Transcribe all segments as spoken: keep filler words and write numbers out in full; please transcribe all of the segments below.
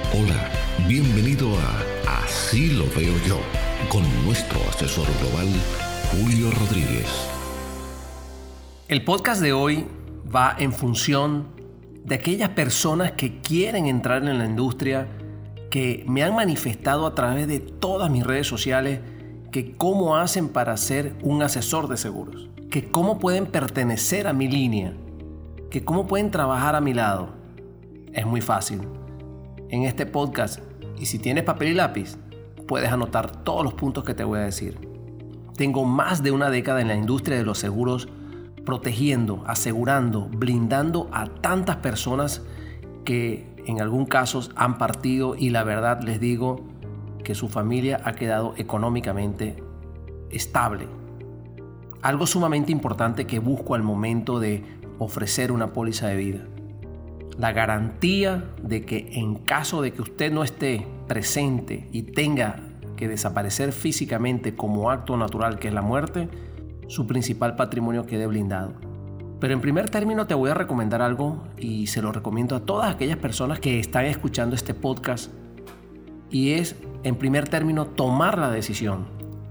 Hola, bienvenido a Así lo veo yo, con nuestro asesor global, Julio Rodríguez. El podcast de hoy va en función de aquellas personas que quieren entrar en la industria, que me han manifestado a través de todas mis redes sociales que cómo hacen para ser un asesor de seguros, que cómo pueden pertenecer a mi línea, que cómo pueden trabajar a mi lado. Es muy fácil. En este podcast, y si tienes papel y lápiz, puedes anotar todos los puntos que te voy a decir. Tengo más de una década en la industria de los seguros, protegiendo, asegurando, blindando a tantas personas que en algún caso han partido y la verdad les digo que su familia ha quedado económicamente estable. Algo sumamente importante que busco al momento de ofrecer una póliza de vida. La garantía de que en caso de que usted no esté presente y tenga que desaparecer físicamente como acto natural que es la muerte, su principal patrimonio quede blindado. Pero en primer término te voy a recomendar algo y se lo recomiendo a todas aquellas personas que están escuchando este podcast y es, en primer término, tomar la decisión.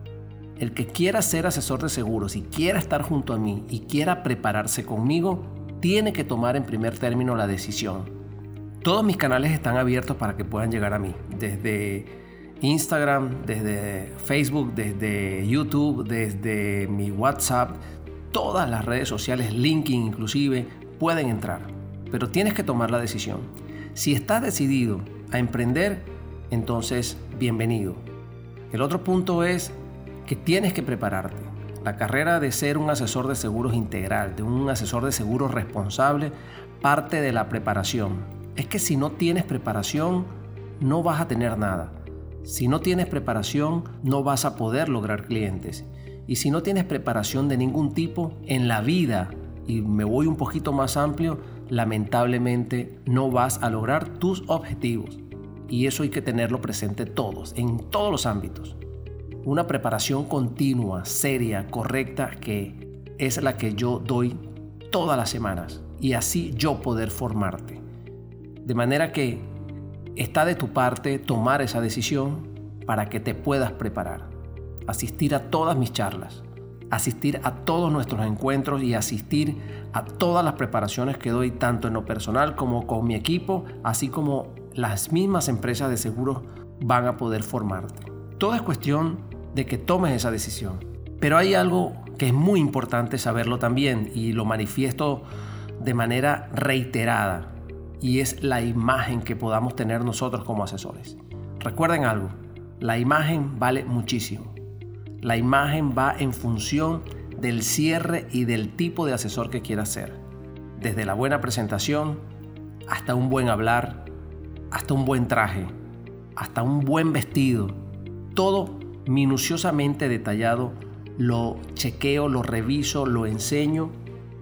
El que quiera ser asesor de seguros y quiera estar junto a mí y quiera prepararse conmigo, tiene que tomar en primer término la decisión. Todos mis canales están abiertos para que puedan llegar a mí, desde Instagram, desde Facebook, desde YouTube, desde mi WhatsApp, todas las redes sociales, LinkedIn inclusive, pueden entrar, pero tienes que tomar la decisión. Si estás decidido a emprender, entonces bienvenido. El otro punto es que tienes que prepararte. La carrera de ser un asesor de seguros integral, de un asesor de seguros responsable, parte de la preparación. Es que si no tienes preparación, no vas a tener nada. Si no tienes preparación, no vas a poder lograr clientes. Y si no tienes preparación de ningún tipo en la vida, y me voy un poquito más amplio, lamentablemente no vas a lograr tus objetivos. Y eso hay que tenerlo presente todos, en todos los ámbitos. Una preparación continua, seria, correcta, que es la que yo doy todas las semanas. Y así yo poder formarte. De manera que está de tu parte tomar esa decisión para que te puedas preparar. Asistir a todas mis charlas, asistir a todos nuestros encuentros y asistir a todas las preparaciones que doy tanto en lo personal como con mi equipo, así como las mismas empresas de seguros van a poder formarte. Todo es cuestión de que tomes esa decisión. Pero hay algo que es muy importante saberlo también y lo manifiesto de manera reiterada y es la imagen que podamos tener nosotros como asesores. Recuerden algo, la imagen vale muchísimo. La imagen va en función del cierre y del tipo de asesor que quieras ser. Desde la buena presentación hasta un buen hablar, hasta un buen traje, hasta un buen vestido. Todo minuciosamente detallado, lo chequeo, lo reviso, lo enseño,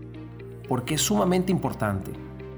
porque es sumamente importante.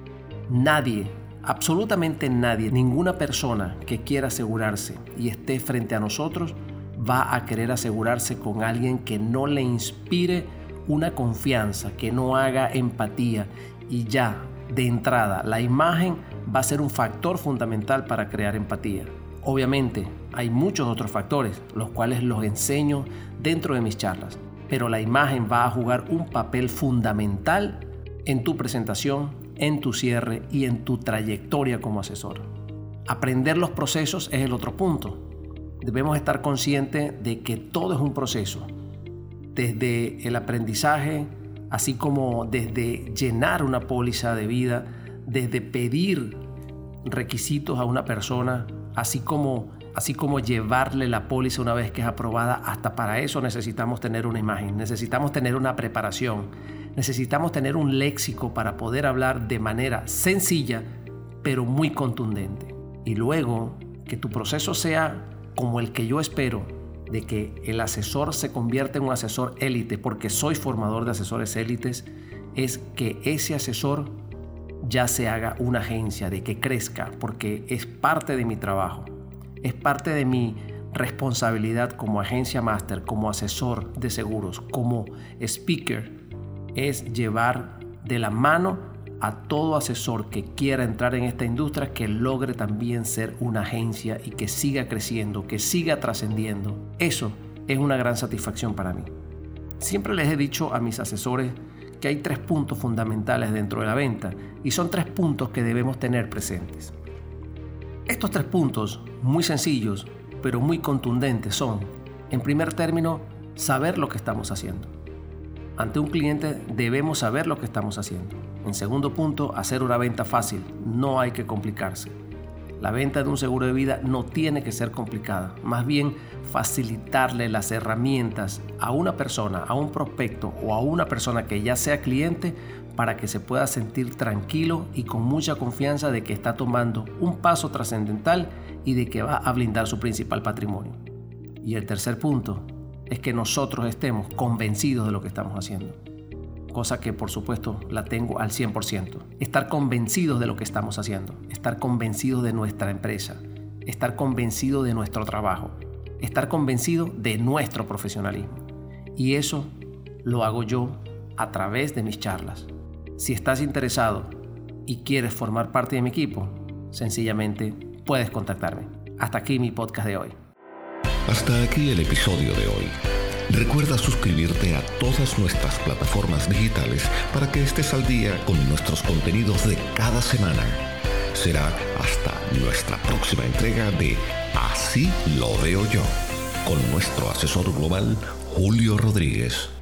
Nadie, absolutamente nadie, ninguna persona que quiera asegurarse y esté frente a nosotros va a querer asegurarse con alguien que no le inspire una confianza, que no haga empatía y ya, de entrada, la imagen va a ser un factor fundamental para crear empatía. Obviamente, hay muchos otros factores, los cuales los enseño dentro de mis charlas, pero la imagen va a jugar un papel fundamental en tu presentación, en tu cierre y en tu trayectoria como asesor. Aprender los procesos es el otro punto. Debemos estar conscientes de que todo es un proceso, desde el aprendizaje, así como desde llenar una póliza de vida, desde pedir requisitos a una persona, así como, así como llevarle la póliza una vez que es aprobada. Hasta para eso necesitamos tener una imagen, necesitamos tener una preparación, necesitamos tener un léxico para poder hablar de manera sencilla, pero muy contundente. Y luego que tu proceso sea como el que yo espero, de que el asesor se convierta en un asesor élite, porque soy formador de asesores élites, es que ese asesor ya se haga una agencia, de que crezca, porque es parte de mi trabajo, es parte de mi responsabilidad como agencia máster, como asesor de seguros, como speaker, es llevar de la mano a todo asesor que quiera entrar en esta industria que logre también ser una agencia y que siga creciendo, que siga trascendiendo. Eso es una gran satisfacción para mí. Siempre les he dicho a mis asesores que hay tres puntos fundamentales dentro de la venta y son tres puntos que debemos tener presentes. Estos tres puntos, muy sencillos, pero muy contundentes, son, en primer término, saber lo que estamos haciendo. Ante un cliente debemos saber lo que estamos haciendo. En segundo punto, hacer una venta fácil. No hay que complicarse. La venta de un seguro de vida no tiene que ser complicada. Más bien, facilitarle las herramientas a una persona, a un prospecto o a una persona que ya sea cliente para que se pueda sentir tranquilo y con mucha confianza de que está tomando un paso trascendental y de que va a blindar su principal patrimonio. Y el tercer punto es que nosotros estemos convencidos de lo que estamos haciendo. Cosa que por supuesto la tengo al cien por ciento. Estar convencidos de lo que estamos haciendo, estar convencidos de nuestra empresa, estar convencidos de nuestro trabajo, estar convencidos de nuestro profesionalismo. Y eso lo hago yo a través de mis charlas. Si estás interesado y quieres formar parte de mi equipo, sencillamente puedes contactarme. Hasta aquí mi podcast de hoy. Hasta aquí el episodio de hoy. Recuerda suscribirte a todas nuestras plataformas digitales para que estés al día con nuestros contenidos de cada semana. Será hasta nuestra próxima entrega de Así lo veo yo, con nuestro asesor global, Julio Rodríguez.